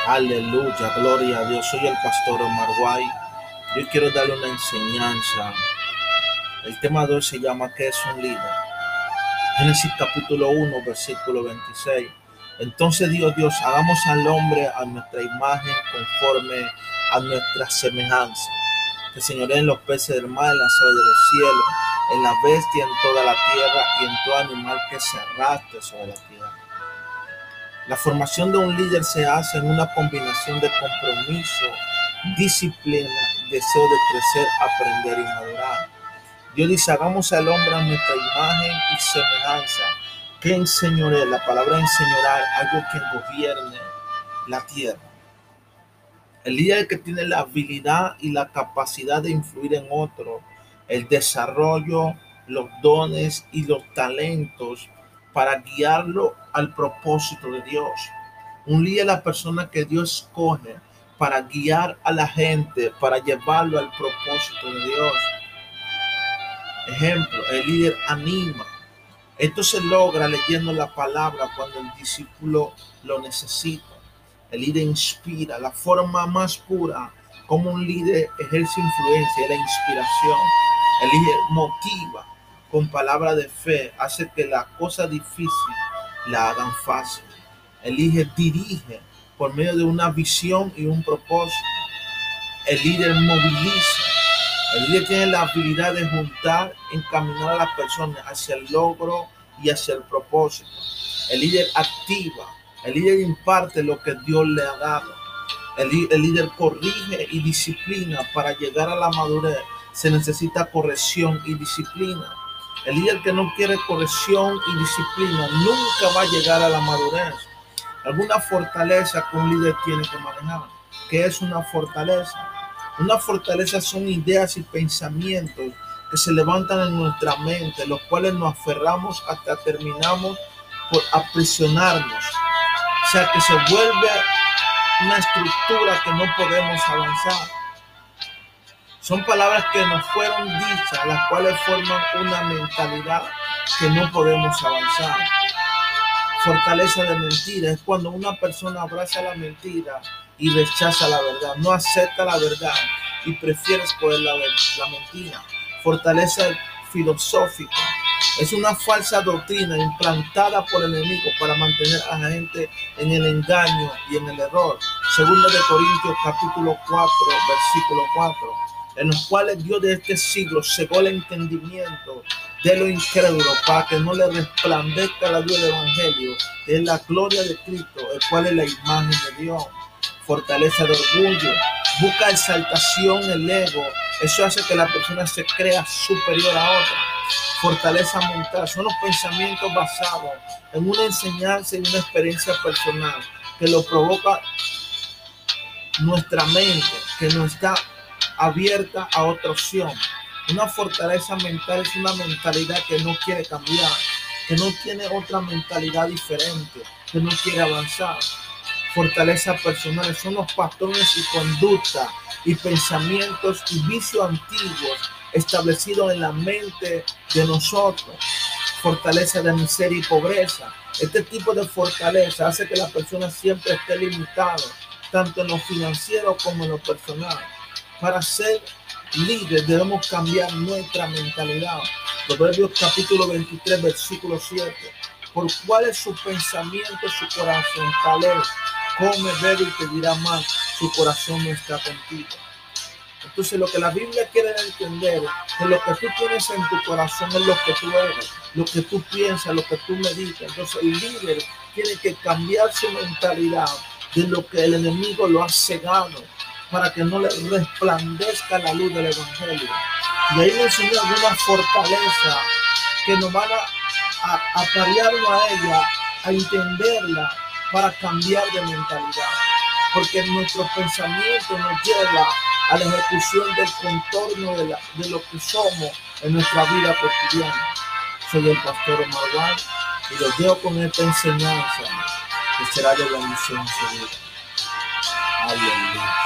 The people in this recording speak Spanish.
Aleluya, gloria a Dios. Soy el pastor Omar White. Yo quiero darle una enseñanza. El tema de hoy se llama ¿qué es un líder? Génesis capítulo 1, versículo 26. Entonces Dios, hagamos al hombre a nuestra imagen conforme a nuestra semejanza. Que señoree en los peces del mar, en las aves de los cielos, en la bestia, en toda la tierra y en todo animal que se arrastre sobre la tierra. La formación de un líder se hace en una combinación de compromiso, disciplina, deseo de crecer, aprender y madurar. Dios dice, hagamos al hombre a nuestra imagen y semejanza. Que enseñoree, la palabra enseñorar, algo que gobierne la tierra. El líder que tiene la habilidad y la capacidad de influir en otro, el desarrollo, los dones y los talentos para guiarlo al propósito de Dios. Un líder es la persona que Dios escoge para guiar a la gente, para llevarlo al propósito de Dios. Ejemplo, el líder anima. Esto se logra leyendo la palabra cuando el discípulo lo necesita. El líder inspira. La forma más pura como un líder ejerce influencia es la inspiración. El líder motiva con palabras de fe, hace que la cosa difícil la hagan fácil. El líder dirige por medio de una visión y un propósito. El líder moviliza. El líder tiene la habilidad de juntar, encaminar a las personas hacia el logro y hacia el propósito. El líder activa. El líder imparte lo que Dios le ha dado. El líder corrige y disciplina. Para llegar a la madurez se necesita corrección y disciplina. El líder que no quiere corrección y disciplina nunca va a llegar a la madurez. Alguna fortaleza que un líder tiene que manejar. ¿Qué es una fortaleza? Una fortaleza son ideas y pensamientos que se levantan en nuestra mente, los cuales nos aferramos hasta terminamos por aprisionarnos. O sea, que se vuelve una estructura que no podemos avanzar. Son palabras que nos fueron dichas, las cuales forman una mentalidad que no podemos avanzar. Fortaleza de mentira es cuando una persona abraza la mentira y rechaza la verdad, no acepta la verdad y prefiere escoger la mentira. Fortaleza filosófica es una falsa doctrina implantada por el enemigo para mantener a la gente en el engaño y en el error. Segunda de Corintios capítulo 4, versículo 4, en los cuales Dios de este siglo cegó el entendimiento de lo incrédulo para que no le resplandezca la luz del evangelio, que es la gloria de Cristo, el cual es la imagen de Dios. Fortaleza de orgullo, busca exaltación, el ego, eso hace que la persona se crea superior a otra. Fortaleza mental, son los pensamientos basados en una enseñanza y una experiencia personal que lo provoca nuestra mente, que no está abierta a otra opción. Una fortaleza mental es una mentalidad que no quiere cambiar, que no tiene otra mentalidad diferente, que no quiere avanzar. Fortaleza personal son los patrones y conducta y pensamientos y vicios antiguos establecidos en la mente de nosotros. Fortaleza de miseria y pobreza. Este tipo de fortaleza hace que la persona siempre esté limitada, tanto en lo financiero como en lo personal. Para ser líder debemos cambiar nuestra mentalidad. Proverbios capítulo 23, versículo 7. Por cuál es su pensamiento, su corazón, tal es. Come, bebe y te dirá más, su corazón no está contigo. Entonces lo que la Biblia quiere entender es que lo que tú tienes en tu corazón es lo que tú eres, lo que tú piensas, lo que tú meditas. Entonces el líder tiene que cambiar su mentalidad de lo que el enemigo lo ha cegado para que no le resplandezca la luz del evangelio. Y ahí me enseñó alguna fortaleza que nos van a paliarnos a ella, a entenderla, para cambiar de mentalidad, porque nuestro pensamiento nos lleva a la ejecución del contorno de lo que somos en nuestra vida cotidiana. Soy el pastor Omar White y los dejo con esta enseñanza que será de bendición segura. Aleluya.